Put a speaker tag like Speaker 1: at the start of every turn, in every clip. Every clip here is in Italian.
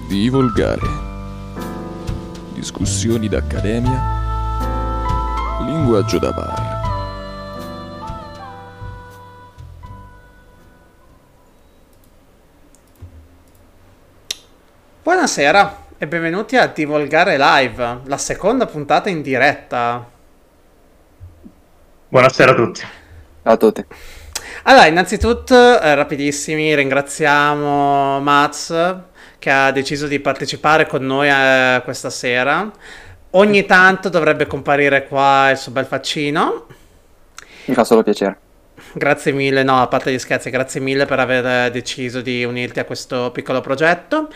Speaker 1: Di volgare. Discussioni d'accademia. Linguaggio da bar.
Speaker 2: Buonasera e benvenuti a Divolgare Live, la seconda puntata in diretta.
Speaker 3: Buonasera a tutti.
Speaker 4: Ciao a tutti.
Speaker 2: Allora, innanzitutto, rapidissimi, ringraziamo Maz che ha deciso di partecipare con noi questa sera. Ogni tanto dovrebbe comparire qua il suo bel faccino.
Speaker 4: Mi fa solo piacere.
Speaker 2: Grazie mille, no, a parte gli scherzi, grazie mille per aver deciso di unirti a questo piccolo progetto.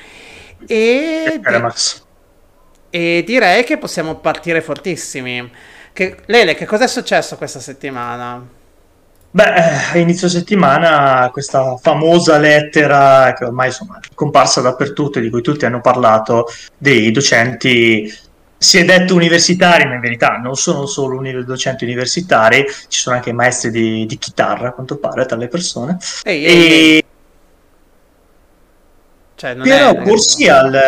Speaker 3: Max.
Speaker 2: E direi che possiamo partire fortissimi. Lele, che cosa è successo questa settimana?
Speaker 3: Beh, a inizio settimana questa famosa lettera che ormai insomma, è comparsa dappertutto e di cui tutti hanno parlato, dei docenti, si è detto universitari, ma in verità non sono solo docenti universitari, ci sono anche maestri di chitarra, a quanto pare, tra le persone.
Speaker 2: Ehi. Cioè, non
Speaker 3: per
Speaker 2: è
Speaker 3: opporsi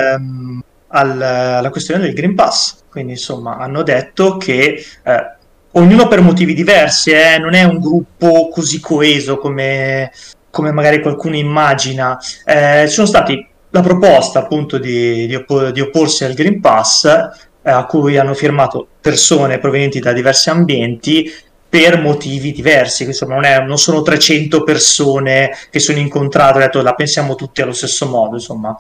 Speaker 3: alla questione del Green Pass. Quindi insomma hanno detto che ognuno per motivi diversi, non è un gruppo così coeso come magari qualcuno immagina. Ci sono stati la proposta appunto di opporsi al Green Pass, a cui hanno firmato persone provenienti da diversi ambienti per motivi diversi. Insomma, non sono 300 persone che sono incontrate e hanno detto la pensiamo tutti allo stesso modo, insomma.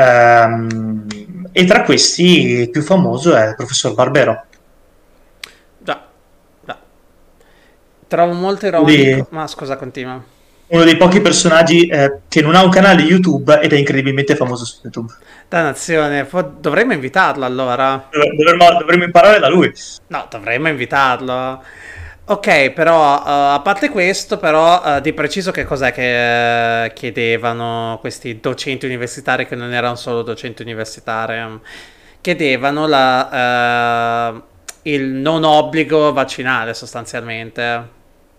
Speaker 3: E tra questi il più famoso è il professor Barbero.
Speaker 2: Già. Trovo molto ironico. Ma scusa, continua.
Speaker 3: Uno dei pochi personaggi che non ha un canale YouTube ed è incredibilmente famoso su YouTube.
Speaker 2: Dannazione, dovremmo invitarlo allora.
Speaker 3: Dovremmo imparare da lui.
Speaker 2: No, dovremmo invitarlo. Ok, però a parte questo, però di preciso che cos'è che chiedevano questi docenti universitari, che non erano solo docenti universitari, chiedevano il non obbligo vaccinale sostanzialmente.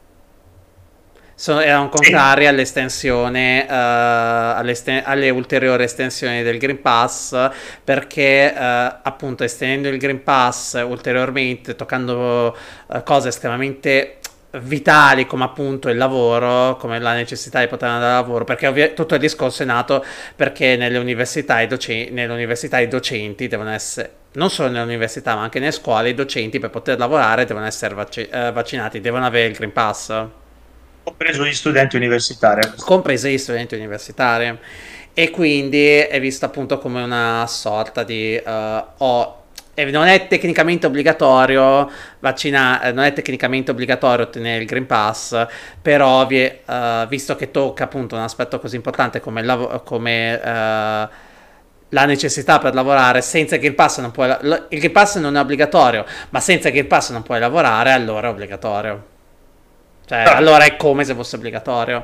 Speaker 2: Erano contrari all'estensione, alle ulteriori estensioni del Green Pass, perché appunto estendendo il Green Pass ulteriormente, toccando cose estremamente vitali come appunto il lavoro, come la necessità di poter andare al lavoro, perché tutto il discorso è nato perché nelle università i docenti devono essere, non solo nelle università ma anche nelle scuole, i docenti per poter lavorare devono essere vaccinati, devono avere il Green Pass.
Speaker 3: Compreso gli studenti universitari.
Speaker 2: Compresi gli studenti universitari. E quindi è visto appunto come una sorta di... non è tecnicamente obbligatorio vaccinare, non è tecnicamente obbligatorio ottenere il Green Pass, però visto che tocca appunto un aspetto così importante come la necessità per lavorare, senza il Green Pass non puoi... Il Green Pass non è obbligatorio, ma senza il Green Pass non puoi lavorare, allora è obbligatorio. Cioè, allora è come se fosse obbligatorio.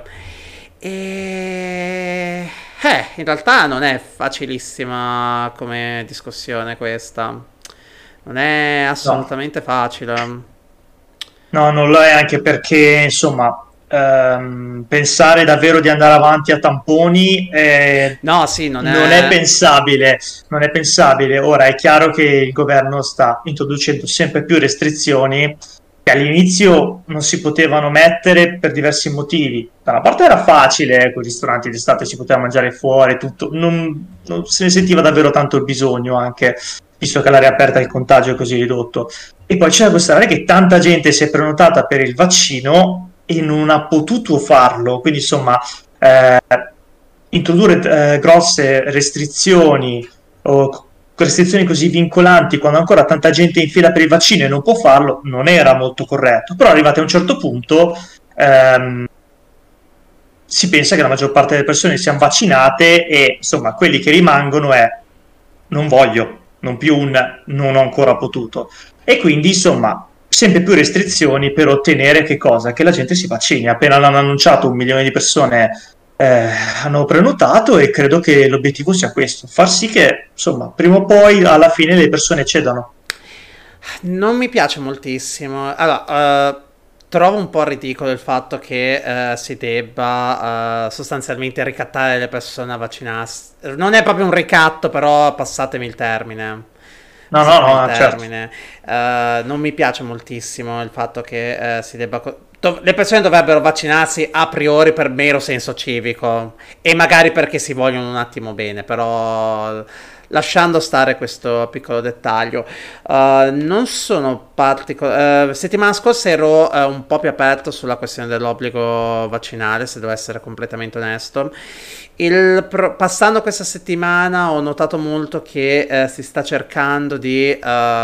Speaker 2: E... in realtà non è facilissima come discussione questa. Non è assolutamente facile.
Speaker 3: No, non lo è, anche perché, insomma, pensare davvero di andare avanti a tamponi
Speaker 2: no, sì, non
Speaker 3: è pensabile. Non è pensabile. Ora è chiaro che il governo sta introducendo sempre più restrizioni che all'inizio non si potevano mettere per diversi motivi. Da una parte era facile, con i ristoranti d'estate si poteva mangiare fuori, tutto, non se ne sentiva davvero tanto il bisogno, anche visto che l'area aperta il contagio è così ridotto. E poi c'era questa area che tanta gente si è prenotata per il vaccino e non ha potuto farlo, quindi insomma introdurre grosse restrizioni o restrizioni così vincolanti quando ancora tanta gente è in fila per il vaccino e non può farlo, non era molto corretto. Però arrivati a un certo punto si pensa che la maggior parte delle persone siano vaccinate e insomma quelli che rimangono è non voglio, non più un non ho ancora potuto. E quindi insomma sempre più restrizioni per ottenere che cosa? Che la gente si vaccini. Appena l'hanno annunciato 1 milione di persone hanno prenotato e credo che l'obiettivo sia questo, far sì che insomma prima o poi alla fine le persone cedano.
Speaker 2: Non mi piace moltissimo. Allora, trovo un po' ridicolo il fatto che si debba sostanzialmente ricattare le persone a vaccinarsi. Non è proprio un ricatto, però passatemi il termine.
Speaker 3: No, no,
Speaker 2: Passatemi il
Speaker 3: no, certo.
Speaker 2: termine. Non mi piace moltissimo il fatto che si debba... le persone dovrebbero vaccinarsi a priori per mero senso civico e magari perché si vogliono un attimo bene, però lasciando stare questo piccolo dettaglio, non sono particolare. Settimana scorsa ero un po' più aperto sulla questione dell'obbligo vaccinale, se devo essere completamente onesto. Passando questa settimana ho notato molto che si sta cercando di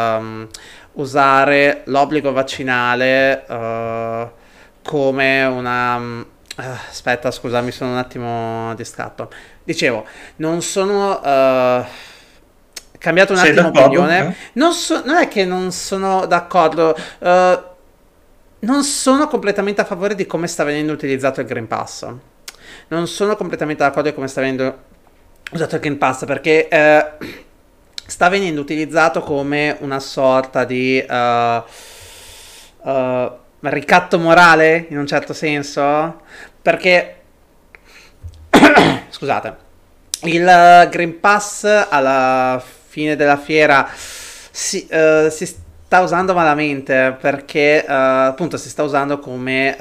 Speaker 2: usare l'obbligo vaccinale come una... aspetta, scusa, mi sono un attimo distratto. Dicevo, non sono... cambiato un
Speaker 3: Sei
Speaker 2: attimo
Speaker 3: d'accordo?
Speaker 2: opinione. Non è che non sono d'accordo. Non sono completamente a favore di come sta venendo utilizzato il Green Pass. Non sono completamente d'accordo di come sta venendo usato il Green Pass perché sta venendo utilizzato come una sorta di ricatto morale in un certo senso. Perché, scusate, il Green Pass alla fine della fiera si sta usando malamente perché appunto si sta usando come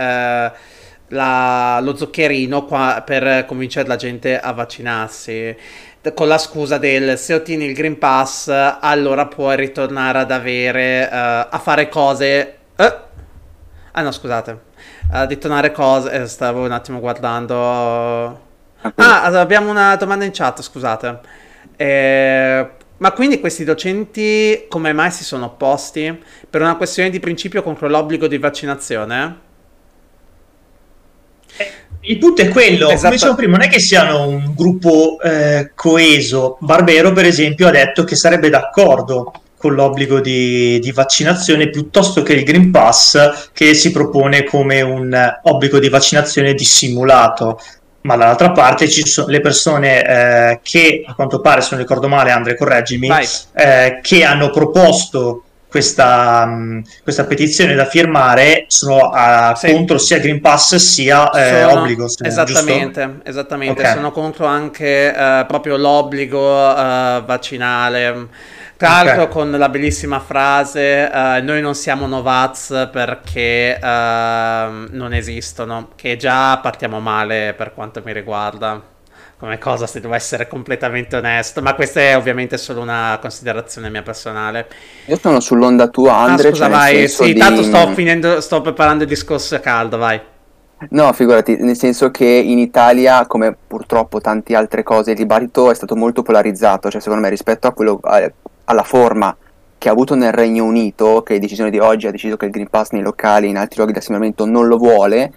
Speaker 2: lo zuccherino per convincere la gente a vaccinarsi con la scusa del se ottieni il Green Pass allora puoi ritornare ad avere a fare cose ah no scusate di tornare cose stavo un attimo guardando abbiamo una domanda in chat scusate ma quindi questi docenti come mai si sono opposti per una questione di principio contro l'obbligo di vaccinazione?
Speaker 3: Il punto è quello, come dicevo prima, non è che siano un gruppo coeso. Barbero, per esempio, ha detto che sarebbe d'accordo con l'obbligo di vaccinazione piuttosto che il Green Pass che si propone come un obbligo di vaccinazione dissimulato. Ma dall'altra parte ci sono le persone che, a quanto pare, se non ricordo male, Andre, correggimi, che hanno proposto questa petizione da firmare sono contro sia Green Pass sia obbligo.
Speaker 2: Esattamente, okay. Sono contro anche proprio l'obbligo vaccinale. Tra l'altro con la bellissima frase noi non siamo Novaz perché non esistono, che già partiamo male per quanto mi riguarda come cosa, se devo essere completamente onesto, ma questa è ovviamente solo una considerazione mia personale.
Speaker 4: Io sono sull'onda tua, Andre.
Speaker 2: Scusa, vai, sì, tanto sto preparando il discorso a caldo, vai.
Speaker 4: No, figurati, nel senso che in Italia, come purtroppo tante altre cose, il dibattito è stato molto polarizzato, cioè secondo me rispetto a quello, alla forma che ha avuto nel Regno Unito, che decisione di oggi ha deciso che il Green Pass nei locali, in altri luoghi di assembramento non lo vuole,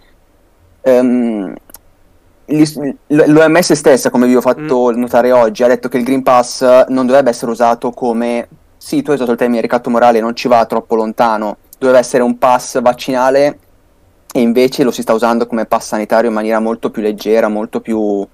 Speaker 4: l'OMS stessa, come vi ho fatto notare oggi, ha detto che il Green Pass non dovrebbe essere usato come, sì, tu hai usato il termine ricatto morale, non ci va troppo lontano, dovrebbe essere un pass vaccinale e invece lo si sta usando come pass sanitario in maniera molto più leggera, molto più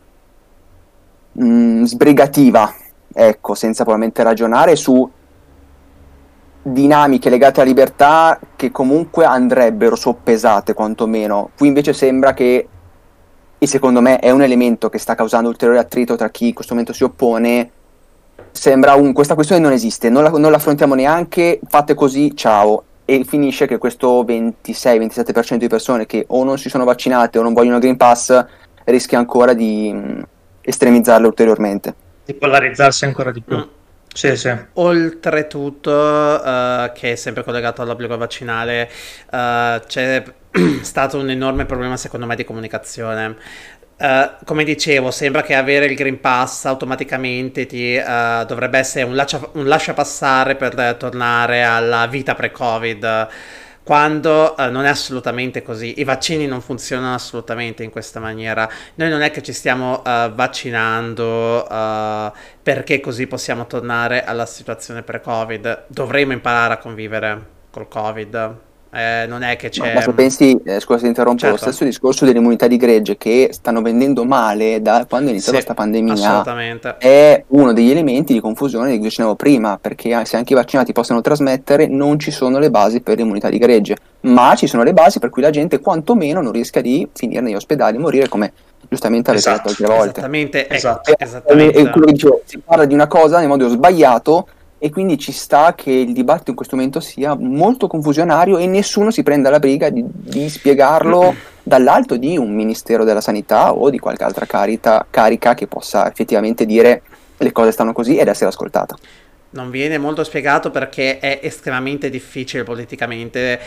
Speaker 4: sbrigativa, ecco, senza probabilmente ragionare su dinamiche legate alla libertà che comunque andrebbero soppesate quantomeno. Qui invece sembra che, e secondo me è un elemento che sta causando ulteriore attrito tra chi in questo momento si oppone, sembra questa questione non esiste, non la affrontiamo neanche, fate così, ciao, e finisce che questo 26-27% di persone che o non si sono vaccinate o non vogliono Green Pass rischia ancora di estremizzarle ulteriormente,
Speaker 3: di polarizzarsi ancora di più. Sì, sì.
Speaker 2: Oltretutto, che è sempre collegato all'obbligo vaccinale, c'è stato un enorme problema secondo me di comunicazione. Come dicevo, sembra che avere il Green Pass automaticamente dovrebbe essere un lasciapassare per tornare alla vita pre-Covid, quando non è assolutamente così. I vaccini non funzionano assolutamente in questa maniera. Noi non è che ci stiamo vaccinando perché così possiamo tornare alla situazione pre-Covid. Dovremo imparare a convivere col Covid. Non è che
Speaker 4: Ma
Speaker 2: c'è...
Speaker 4: se pensi, scusa se interrompo, lo
Speaker 2: Certo.
Speaker 4: stesso discorso dell'immunità di gregge che stanno vendendo male da quando è iniziata
Speaker 2: Sì,
Speaker 4: questa pandemia
Speaker 2: assolutamente.
Speaker 4: è uno degli elementi di confusione di cui dicevo prima, perché se anche i vaccinati possono trasmettere, non ci sono le basi per l'immunità di gregge, ma ci sono le basi per cui la gente quantomeno non rischia di finire negli ospedali, morire come giustamente avete
Speaker 3: Esatto.
Speaker 4: detto altre volte.
Speaker 2: Esattamente,
Speaker 3: Esatto.
Speaker 2: esattamente.
Speaker 4: E quello che dicevo, si parla di una cosa nel modo sbagliato e quindi ci sta che il dibattito in questo momento sia molto confusionario e nessuno si prenda la briga di spiegarlo dall'alto di un ministero della sanità o di qualche altra carica che possa effettivamente dire le cose stanno così ed essere ascoltata.
Speaker 2: Non viene molto spiegato perché è estremamente difficile politicamente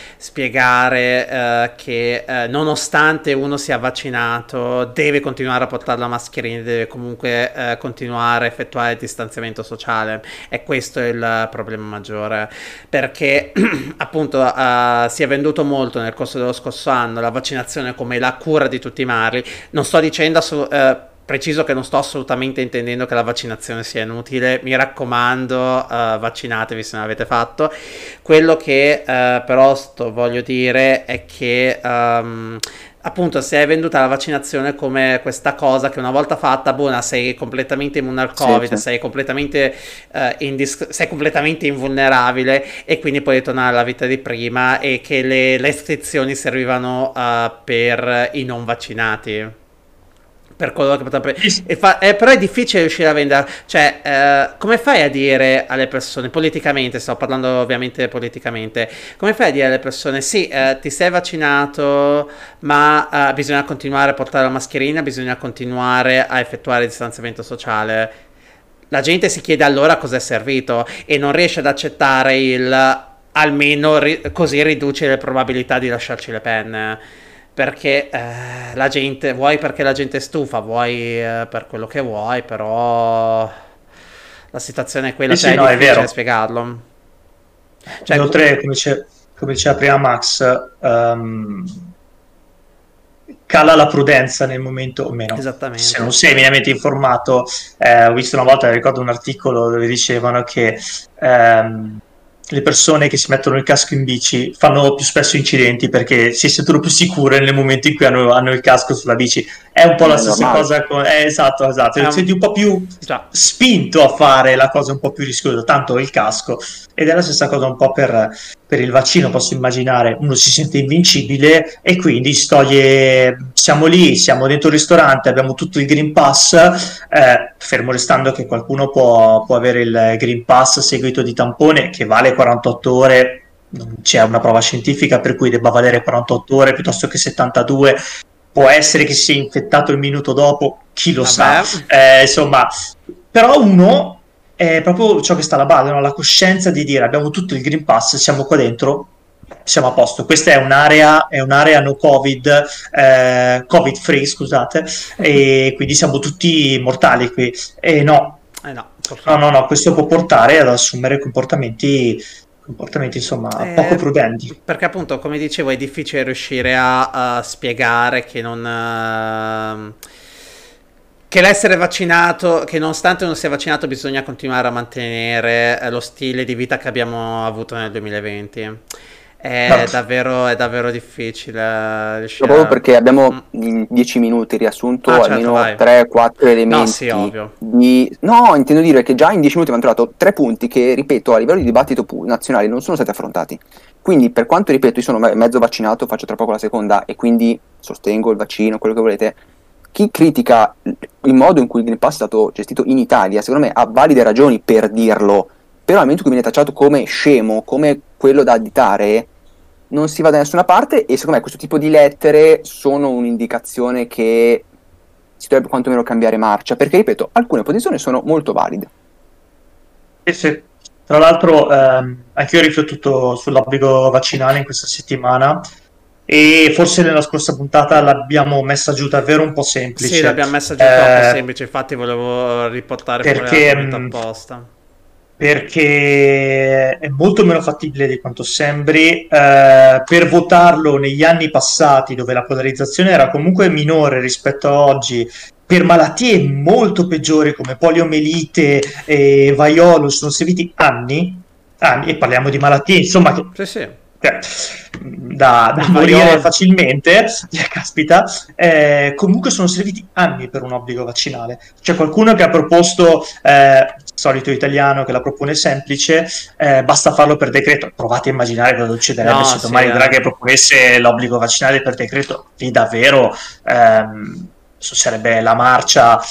Speaker 2: spiegare che nonostante uno sia vaccinato deve continuare a portare la mascherina, deve comunque continuare a effettuare il distanziamento sociale, e questo è il problema maggiore, perché appunto si è venduto molto nel corso dello scorso anno la vaccinazione come la cura di tutti i mali. Non sto dicendo preciso che non sto assolutamente intendendo che la vaccinazione sia inutile, mi raccomando, vaccinatevi se non l'avete fatto. Quello che però voglio dire è che appunto si è venduta la vaccinazione come questa cosa che una volta fatta, buona, sei completamente immune al Covid,
Speaker 4: Sì.
Speaker 2: sei completamente sei completamente invulnerabile e quindi puoi ritornare alla vita di prima, e che le restrizioni servivano per i non vaccinati. Per coloro che potrebbero... però è difficile riuscire a vendere. Cioè, come fai a dire alle persone, politicamente, sto parlando ovviamente politicamente, come fai a dire alle persone, sì, ti sei vaccinato, ma bisogna continuare a portare la mascherina, bisogna continuare a effettuare il distanziamento sociale. La gente si chiede allora cosa è servito e non riesce ad accettare il almeno così riduce le probabilità di lasciarci le penne. Perché la gente, vuoi perché la gente è stufa, vuoi per quello che vuoi, però la situazione è quella,
Speaker 3: Sì,
Speaker 2: cioè
Speaker 3: sì,
Speaker 2: è
Speaker 3: no, è
Speaker 2: difficile
Speaker 3: vero.
Speaker 2: spiegarlo. Cioè,
Speaker 3: Inoltre, come diceva prima Max, cala la prudenza nel momento, o meno,
Speaker 2: esattamente.
Speaker 3: se non sei minimamente informato. Ho visto una volta, ricordo un articolo dove dicevano che le persone che si mettono il casco in bici fanno più spesso incidenti perché si sentono più sicure nel momento in cui hanno il casco sulla bici. È un po' la
Speaker 4: È
Speaker 3: stessa
Speaker 4: normale.
Speaker 3: cosa esatto, ti senti un po' più
Speaker 2: Già.
Speaker 3: spinto a fare la cosa un po' più rischiosa, tanto il casco. Ed è la stessa cosa un po' per il vaccino, posso immaginare. Uno si sente invincibile e quindi si toglie, siamo lì, siamo dentro il ristorante, abbiamo tutto il Green Pass, fermo restando che qualcuno può avere il Green Pass seguito di tampone che vale 48 ore, non c'è una prova scientifica per cui debba valere 48 ore piuttosto che 72. Può essere che sia infettato il minuto dopo, chi lo sa. Insomma, però uno è proprio ciò che sta alla base, no? La coscienza di dire abbiamo tutto il Green Pass, siamo qua dentro, siamo a posto. Questa è un'area no Covid, Covid free, scusate, e quindi siamo tutti mortali qui. E no, no, questo può portare ad assumere comportamenti insomma poco prudenti,
Speaker 2: perché appunto, come dicevo, è difficile riuscire a spiegare che non che l'essere vaccinato, che nonostante non sia vaccinato bisogna continuare a mantenere lo stile di vita che abbiamo avuto nel 2020. È davvero difficile riuscire
Speaker 4: proprio perché abbiamo in 10 minuti riassunto almeno 3-4 elementi.
Speaker 2: No, sì, ovvio.
Speaker 4: No, intendo dire che già in 10 minuti abbiamo trovato 3 punti che, ripeto, a livello di dibattito nazionale non sono stati affrontati. Quindi, per quanto, ripeto, io sono mezzo vaccinato, faccio tra poco la seconda e quindi sostengo il vaccino, quello che volete. Chi critica il modo in cui il Green Pass è stato gestito in Italia, secondo me ha valide ragioni per dirlo, però al momento in cui viene tacciato come scemo, come quello da additare, non si va da nessuna parte, e secondo me questo tipo di lettere sono un'indicazione che si dovrebbe quantomeno cambiare marcia, perché, ripeto, alcune posizioni sono molto valide.
Speaker 3: Sì. Tra l'altro anche io ho riflettuto sull'obbligo vaccinale in questa settimana e forse nella scorsa puntata l'abbiamo messa giù davvero un po' semplice.
Speaker 2: Sì, l'abbiamo messa giù troppo semplice, infatti volevo riportare fuori l'argomento apposta.
Speaker 3: Perché è molto meno fattibile di quanto sembri. Per votarlo negli anni passati, dove la polarizzazione era comunque minore rispetto a oggi, per malattie molto peggiori come poliomelite e vaiolo, sono serviti anni, e parliamo di malattie insomma che cioè, da morire facilmente, caspita, comunque sono serviti anni per un obbligo vaccinale. C'è qualcuno che ha proposto, solito italiano che la propone semplice, basta farlo per decreto. Provate a immaginare cosa succederebbe se domani Draghi proponesse l'obbligo vaccinale per decreto. Lì davvero sarebbe la marcia,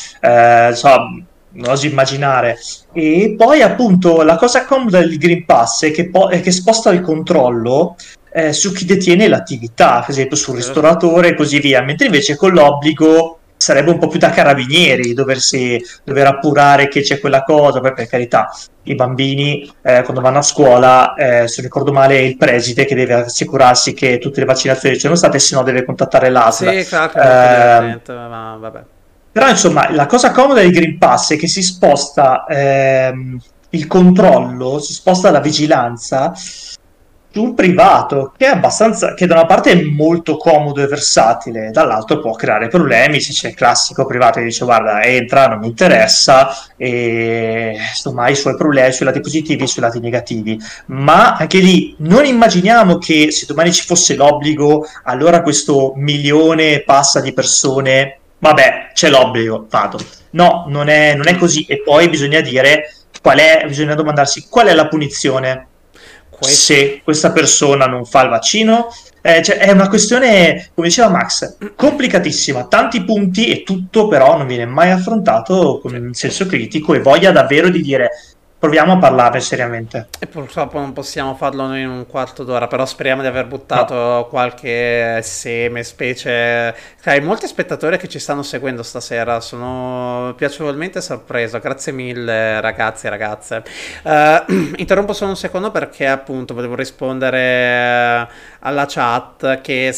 Speaker 3: non oso immaginare. E poi appunto la cosa comoda del Green Pass è che sposta il controllo su chi detiene l'attività, per esempio sul ristoratore e così via, mentre invece con l'obbligo sarebbe un po' più da carabinieri dover appurare che c'è quella cosa. Poi per carità, i bambini quando vanno a scuola, se ricordo male è il preside che deve assicurarsi che tutte le vaccinazioni ci sono state, se no deve contattare l'ASL.
Speaker 2: Sì, claro, ma vabbè.
Speaker 3: Però insomma la cosa comoda del Green Pass è che si sposta il controllo, si sposta la vigilanza su un privato che da una parte è molto comodo e versatile, dall'altro può creare problemi se c'è il classico privato che dice guarda entra, non mi interessa, e insomma ha i suoi problemi, i suoi lati positivi e i suoi lati negativi. Ma anche lì non immaginiamo che se domani ci fosse l'obbligo, allora questo 1 milione e passa di persone, vabbè, c'è l'obbligo, vado. No, non è così. E poi bisogna domandarsi qual è la punizione se questa persona non fa il vaccino. Cioè, è una questione, come diceva Max, complicatissima, tanti punti, e tutto però non viene mai affrontato con senso critico e voglia davvero di dire proviamo a parlarne seriamente.
Speaker 2: E purtroppo non possiamo farlo noi in un quarto d'ora, però speriamo di aver buttato qualche seme, specie. Molti spettatori che ci stanno seguendo stasera, sono piacevolmente sorpreso, grazie mille ragazzi e ragazze. Interrompo solo un secondo perché appunto volevo rispondere alla chat che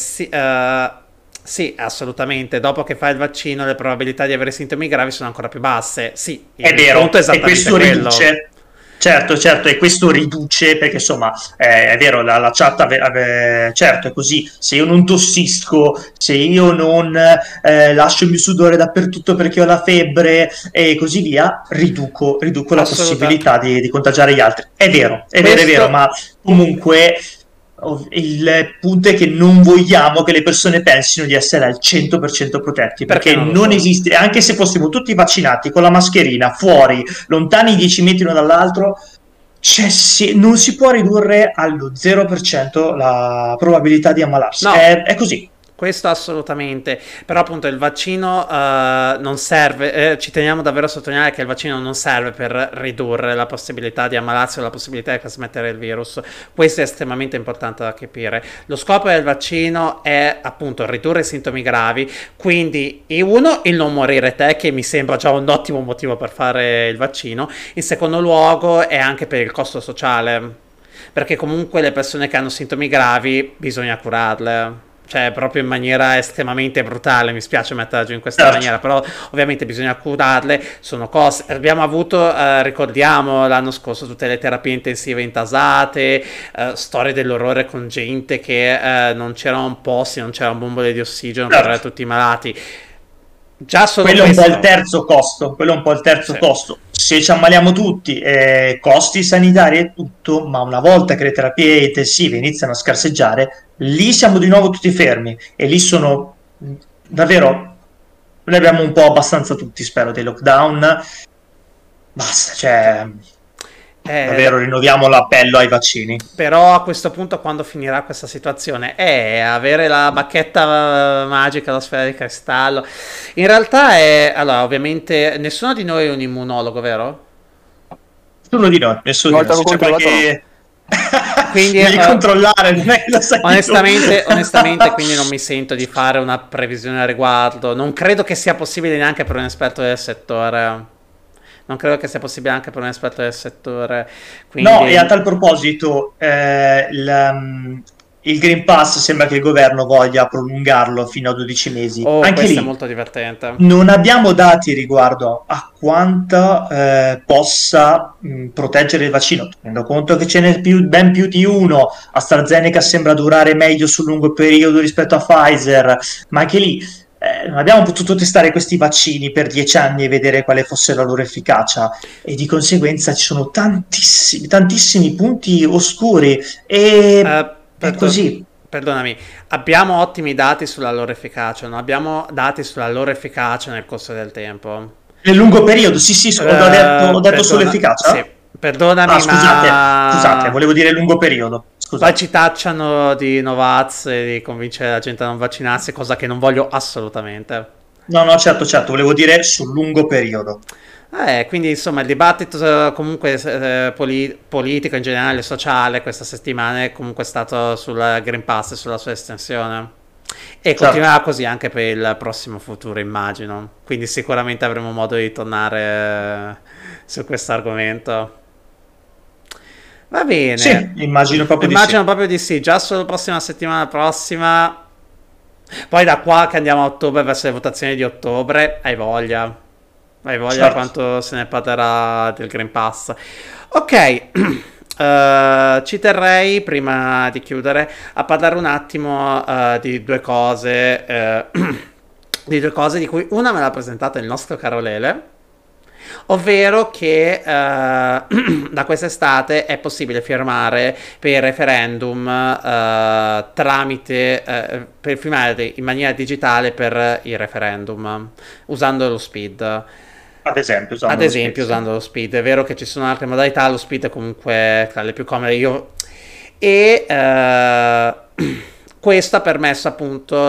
Speaker 2: sì, assolutamente. Dopo che fai il vaccino, le probabilità di avere sintomi gravi sono ancora più basse. Sì,
Speaker 3: è vero, e questo riduce. Certo, e questo riduce, perché insomma è vero, la chat certo è così, se io non tossisco, se io non lascio il mio sudore dappertutto perché ho la febbre e così via, riduco la possibilità di contagiare gli altri. È vero, ma comunque il punto è che non vogliamo che le persone pensino di essere al 100% protetti, perché non esiste, anche se fossimo tutti vaccinati con la mascherina fuori, lontani 10 metri uno dall'altro, non si può ridurre allo 0% la probabilità di ammalarsi.
Speaker 2: No.
Speaker 3: È così.
Speaker 2: Questo assolutamente, però appunto il vaccino non serve, ci teniamo davvero a sottolineare che il vaccino non serve per ridurre la possibilità di ammalarsi o la possibilità di trasmettere il virus. Questo è estremamente importante da capire. Lo scopo del vaccino è appunto ridurre i sintomi gravi, quindi il non morire te, che mi sembra già un ottimo motivo per fare il vaccino. In secondo luogo è anche per il costo sociale, perché comunque le persone che hanno sintomi gravi bisogna curarle. Cioè proprio in maniera estremamente brutale, mi spiace metterla giù in questa maniera, però ovviamente bisogna curarle, sono cose, abbiamo avuto, ricordiamo l'anno scorso tutte le terapie intensive intasate, storie dell'orrore con gente che non c'erano posti, non c'erano bombole di ossigeno per tutti i malati. Già solo
Speaker 3: quello è un po' il terzo costo, se ci ammaliamo tutti, costi sanitari e tutto, ma una volta che le terapie intensive iniziano a scarseggiare, lì siamo di nuovo tutti fermi, e lì sono davvero, ne abbiamo un po' abbastanza tutti, spero, dei lockdown, basta, cioè davvero rinnoviamo l'appello ai vaccini.
Speaker 2: Però a questo punto, quando finirà questa situazione, avere la bacchetta magica, la sfera di cristallo, in realtà allora ovviamente nessuno di noi è un immunologo, vero?
Speaker 3: Nessuno di noi, c'è qualche...
Speaker 2: Quindi
Speaker 3: devi controllare, non è che lo sai
Speaker 2: onestamente quindi non mi sento di fare una previsione al riguardo, non credo che sia possibile neanche per un esperto del settore. Quindi... No,
Speaker 3: e a tal proposito, il Green Pass sembra che il governo voglia prolungarlo fino a 12 mesi. Anche lì
Speaker 2: è molto divertente.
Speaker 3: Non abbiamo dati riguardo a quanto possa proteggere il vaccino. Tenendo conto che ce n'è ben più di uno, AstraZeneca sembra durare meglio sul lungo periodo rispetto a Pfizer, ma anche lì non abbiamo potuto testare questi vaccini per 10 anni e vedere quale fosse la loro efficacia, e di conseguenza ci sono tantissimi punti oscuri e È così.
Speaker 2: Perdonami, abbiamo ottimi dati sulla loro efficacia, non abbiamo dati sulla loro efficacia nel corso del tempo.
Speaker 3: Nel lungo periodo, sì, ho detto sull'efficacia?
Speaker 2: Sì, perdonami,
Speaker 3: Ah, scusate, volevo dire lungo periodo.
Speaker 2: poi
Speaker 3: Scusate.
Speaker 2: ci tacciano di Novaz e di convincere la gente a non vaccinarsi, cosa che non voglio assolutamente.
Speaker 3: No, certo, volevo dire sul lungo periodo.
Speaker 2: Quindi insomma il dibattito comunque politico in generale, sociale questa settimana è comunque stato sul Green Pass e sulla sua estensione e
Speaker 3: Certo.
Speaker 2: continuerà così anche per il prossimo futuro, immagino. Quindi sicuramente avremo modo di tornare su questo argomento. Va bene.
Speaker 3: Sì, immagino proprio di
Speaker 2: Immagino
Speaker 3: sì.
Speaker 2: proprio di sì, già solo prossima settimana prossima. Poi da qua che andiamo a ottobre verso le votazioni di ottobre, hai voglia. Hai voglia
Speaker 3: Certo.
Speaker 2: quanto se ne parlerà del Green Pass. Ok, ci terrei prima di chiudere a parlare un attimo di due cose, di due cose di cui una me l'ha presentata il nostro caro Lele, ovvero che da quest'estate è possibile firmare per referendum per firmare in maniera digitale per i referendum usando lo SPID.
Speaker 3: Ad esempio,
Speaker 2: Ad esempio, usando lo SPID. È vero che ci sono altre modalità, lo SPID è comunque tra le più comode. E questo ha permesso appunto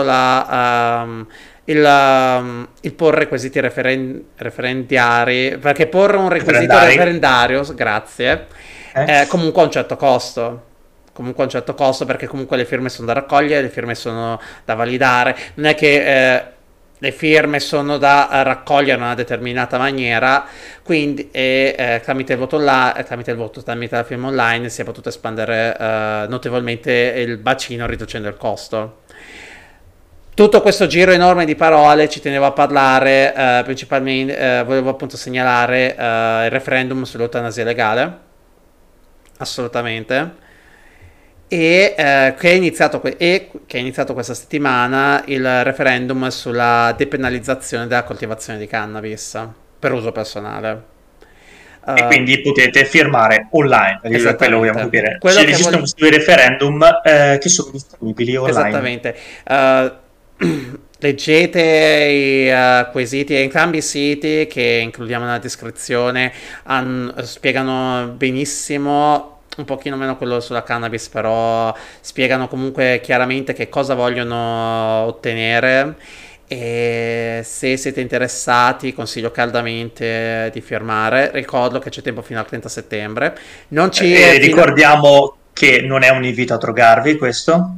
Speaker 2: il porre requisiti referendari, perché porre un requisito referendario, grazie, comunque a un certo costo. Comunque a un certo costo, perché comunque le firme sono da raccogliere, le firme sono da validare. Non è che le firme sono da raccogliere in una determinata maniera, quindi tramite il voto tramite la firma online si è potuto espandere notevolmente il bacino riducendo il costo. Tutto questo giro enorme di parole ci tenevo a parlare, principalmente volevo appunto segnalare il referendum sull'eutanasia legale, assolutamente, che è iniziato questa settimana il referendum sulla depenalizzazione della coltivazione di cannabis per uso personale.
Speaker 3: E quindi potete firmare online, quello vogliamo capire. Ci esistono questi referendum che sono disponibili online.
Speaker 2: Esattamente. Leggete i quesiti, entrambi i siti che includiamo nella descrizione spiegano benissimo, un pochino meno quello sulla cannabis, però spiegano comunque chiaramente che cosa vogliono ottenere. E se siete interessati consiglio caldamente di firmare. Ricordo che c'è tempo fino al 30 settembre.
Speaker 3: Ricordiamo che non è un invito a drogarvi questo.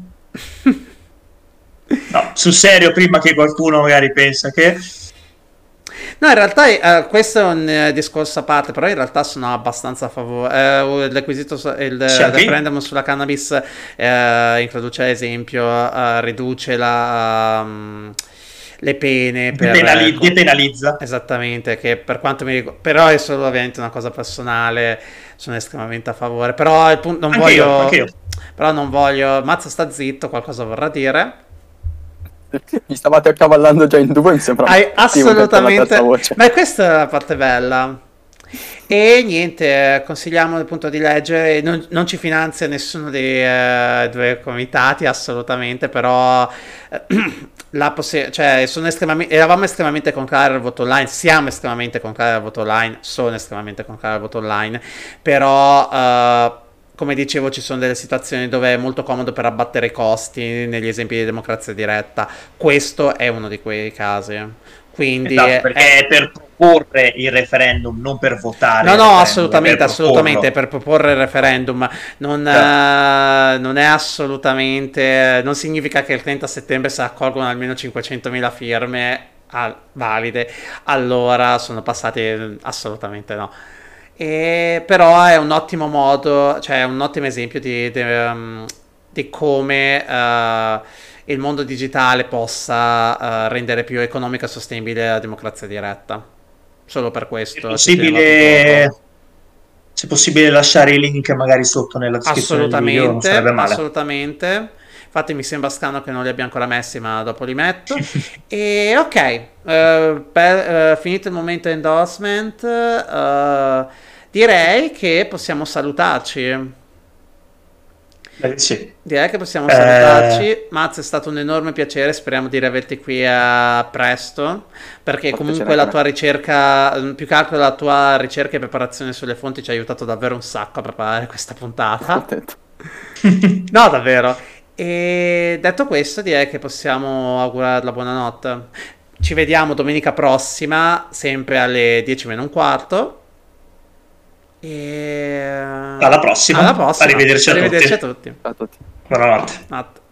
Speaker 3: No, sul serio, prima che qualcuno magari pensa che...
Speaker 2: No, in realtà questo è un discorso a parte, però in realtà sono abbastanza a favore. Il referendum sulla cannabis introduce ad esempio, riduce le pene,
Speaker 3: depenalizza.
Speaker 2: Esattamente, che per quanto mi riguarda, però è solo ovviamente una cosa personale, sono estremamente a favore, però il punto
Speaker 3: anche io.
Speaker 2: Però non voglio, Mazza sta zitto, qualcosa vorrà dire?
Speaker 4: Mi stavate accavallando già in due, mi sembra.
Speaker 2: Assolutamente, ma questa è la parte bella. E niente, consigliamo appunto di leggere, non ci finanzia nessuno dei due comitati assolutamente, però eravamo estremamente contrari al voto online, siamo estremamente contrari al voto online, sono estremamente contrari al voto online, però come dicevo ci sono delle situazioni dove è molto comodo per abbattere i costi negli esempi di democrazia diretta, questo è uno di quei casi. Quindi
Speaker 3: perché è per proporre il referendum, non per votare.
Speaker 2: No, assolutamente, per proporre il referendum. Non è assolutamente, non significa che il 30 settembre si raccolgono almeno 500.000 firme valide, allora sono passati, assolutamente no. Però è un ottimo modo, cioè un ottimo esempio di come il mondo digitale possa rendere più economica e sostenibile la democrazia diretta. Solo per questo.
Speaker 3: Se è possibile lasciare i link magari sotto nella descrizione del video, non sarebbe male.
Speaker 2: Assolutamente. Infatti mi sembra strano che non li abbia ancora messi, ma dopo li metto. E ok, finito il momento endorsement, direi che possiamo salutarci.
Speaker 3: Sì.
Speaker 2: Direi che possiamo salutarci. Maz, è stato un enorme piacere, speriamo di riaverti qui presto, perché comunque la tua ricerca, più che altro la tua ricerca e preparazione sulle fonti ci ha aiutato davvero un sacco a preparare questa puntata. No, davvero. E detto questo, direi che possiamo augurare la buonanotte. Ci vediamo domenica prossima, sempre alle 10 meno un quarto. E
Speaker 3: Alla prossima.
Speaker 2: alla prossima.
Speaker 3: Arrivederci a
Speaker 2: Arrivederci
Speaker 3: tutti.
Speaker 2: a tutti.
Speaker 4: A tutti.
Speaker 3: Buonanotte.
Speaker 2: Notte.